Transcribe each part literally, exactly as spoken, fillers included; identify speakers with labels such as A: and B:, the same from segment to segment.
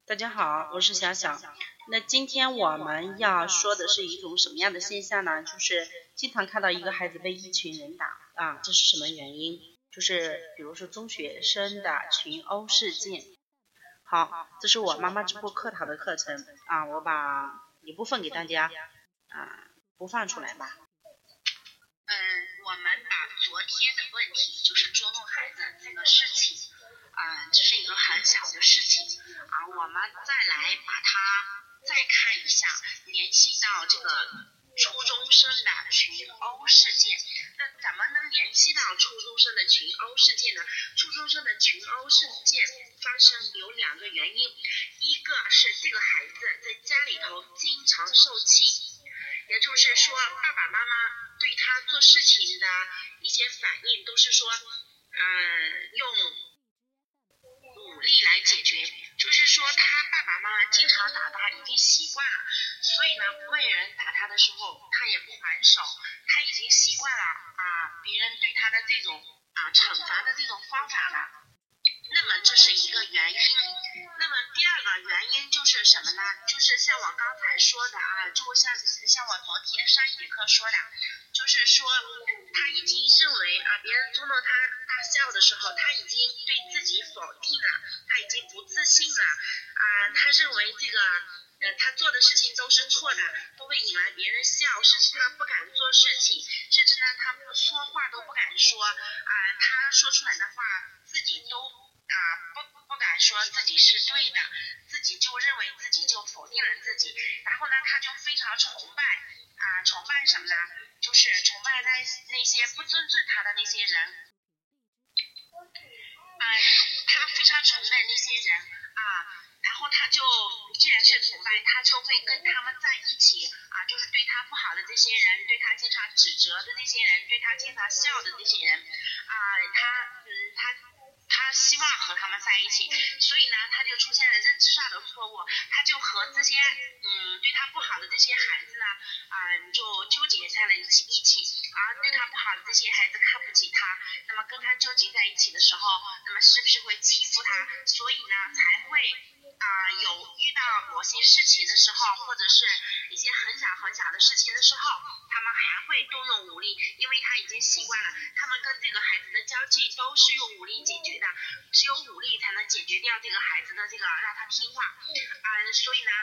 A: 大家好，我是小小。那今天我们要说的是一种什么样的现象呢？就是经常看到一个孩子被一群人打啊，这是什么原因？就是比如说中学生的群殴事件。好，这是我妈妈直播课堂的课程啊，我把一部分给大家啊播放出来吧。
B: 嗯，我们把昨天的问题，就是捉弄孩子这个事情，嗯，这是一个很小的事情啊，我们再来把它再看一下，联系到这个初中生的群殴事件。那怎么能联系到初中生的群殴事件呢？初中生的群殴事件发生有两个原因，一个是这个孩子在家里头经常受气。也就是说，爸爸妈妈对他做事情的一些反应都是说，嗯，用武力来解决。就是说，他爸爸妈妈经常打他，已经习惯了，所以呢，外人打他的时候，他也不还手，他已经习惯了啊，别人对他的这种啊惩罚的这种方法了。那么这是一个原因。那么第二个原因就是什么呢？就是像我刚才说的啊，就像像我昨天上一节课说的，就是说他已经认为啊，别人捉弄他大笑的时候，他已经对自己否定了，他已经不自信了啊，他认为这个呃他做的事情都是错的，都会引来别人笑，甚至他不敢做事情，甚至呢他说话都不敢说啊，他说出来的话自己都啊不不敢说自己是对的，自己就认为自己就否定了自己，然后呢他就非常崇拜啊，崇拜什么呢？就是崇拜那那些不尊重他的那些人，啊，他非常崇拜那些人啊，然后他就既然是崇拜，他就会跟他们在一起啊，就是对他不好的这些人，对他经常指责的那些人，对他经常笑的那些人啊，他嗯他。他希望和他们在一起，所以呢，他就出现了认知上的错误，他就和这些嗯对他不好的这些孩子呢，啊、呃、就纠结在了一起一起，而对他不好的这些孩子看不起他，那么跟他纠结在一起的时候，那么是不是会欺负他？所以呢，才会啊、呃、有遇到某些事情的时候，或者是一些很小很小的事情的时候，他们还会动用武力，因为他已经习惯了，他们跟这个孩子的交际都是用武力解决的。只有武力才能解决掉这个孩子的这个让他听话，嗯，所以呢，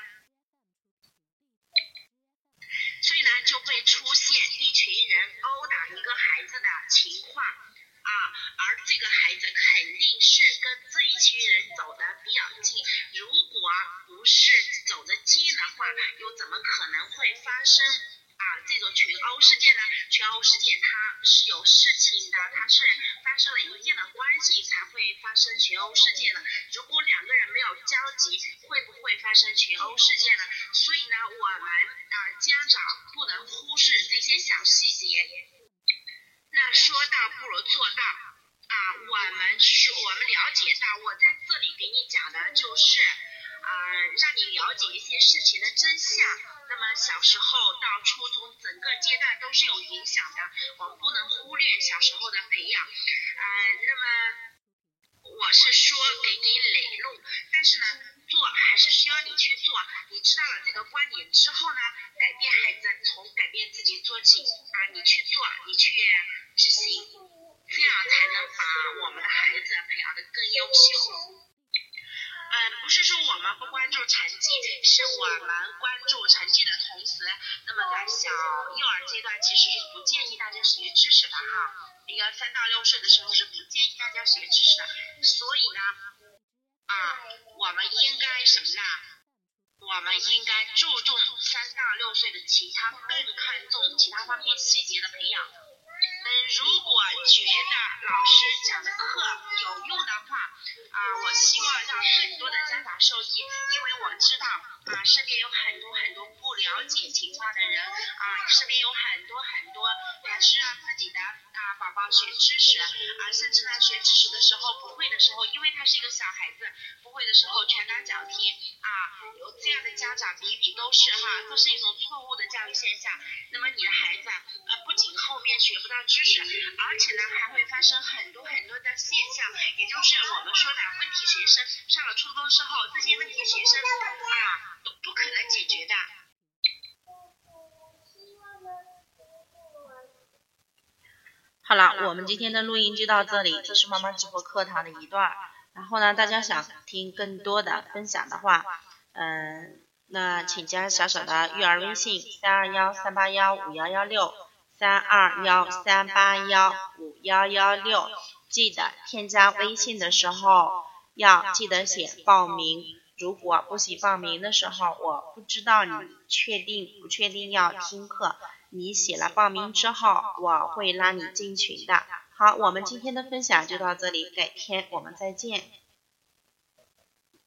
B: 所以呢就会出现一群人殴打一个孩子的情况啊，而这个孩子肯定是跟这一群人走得比较近，如果不是走得近的话，又怎么可能会发生啊，这种群殴事件呢？群殴事件它是有事情的，它是发生了一定的关系才会发生群殴事件的。如果两个人没有交集，会不会发生群殴事件呢？所以呢，我们啊家长不能忽视这些小细节。那说到不如做到啊，我们说我们了解到，我在这里给你讲的就是啊，让你了解一些事情的真相。那么小时候到初中整个阶段都是有影响的，我们不能忽略小时候的培养。呃，那么我是说给你垒路，但是呢，做还是需要你去做。你知道了这个观点之后呢，改变孩子从改变自己做起啊，你去做，你去执行，这样才能把我们的孩子培养得更优秀。嗯，不是说我们不关注成绩，是我们关注成绩的同时，那么在小幼儿阶段其实是不建议大家学知识的哈，一个三到六岁的时候是不建议大家学知识的，所以呢，啊，我们应该什么呢？我们应该注重三到六岁的其他，更看重其他方面细节的培养。嗯，如果觉得老师讲的课有用的话，啊，我希望让更多的家长受益，因为我知道啊，身边有很多很多不了解情况的人啊，身边有很多很多还是让自己的啊宝宝学知识啊，甚至呢学知识的时候不会的时候，因为他是一个小孩子，不会的时候拳打脚踢啊，有这样的家长比比都是哈，都是一种错误的教育现象。那么你的孩子呃不仅后后面学不到知识，而且呢还会发生很多很多的现象，也就是我们说的问题学生。上了初中之后，这些问题学生啊都不可能解决的。
A: 好了，我们今天的录音就到这里，这是妈妈直播课堂的一段。然后呢，大家想听更多的分享的话，嗯，那请加小小的育儿微信三二幺三八幺五幺幺六三二幺三八幺五幺幺六，记得添加微信的时候要记得写报名。如果不写报名的时候，我不知道你确定不确定要听课，你写了报名之后，我会拉你进群的。好，我们今天的分享就到这里，改天我们再见。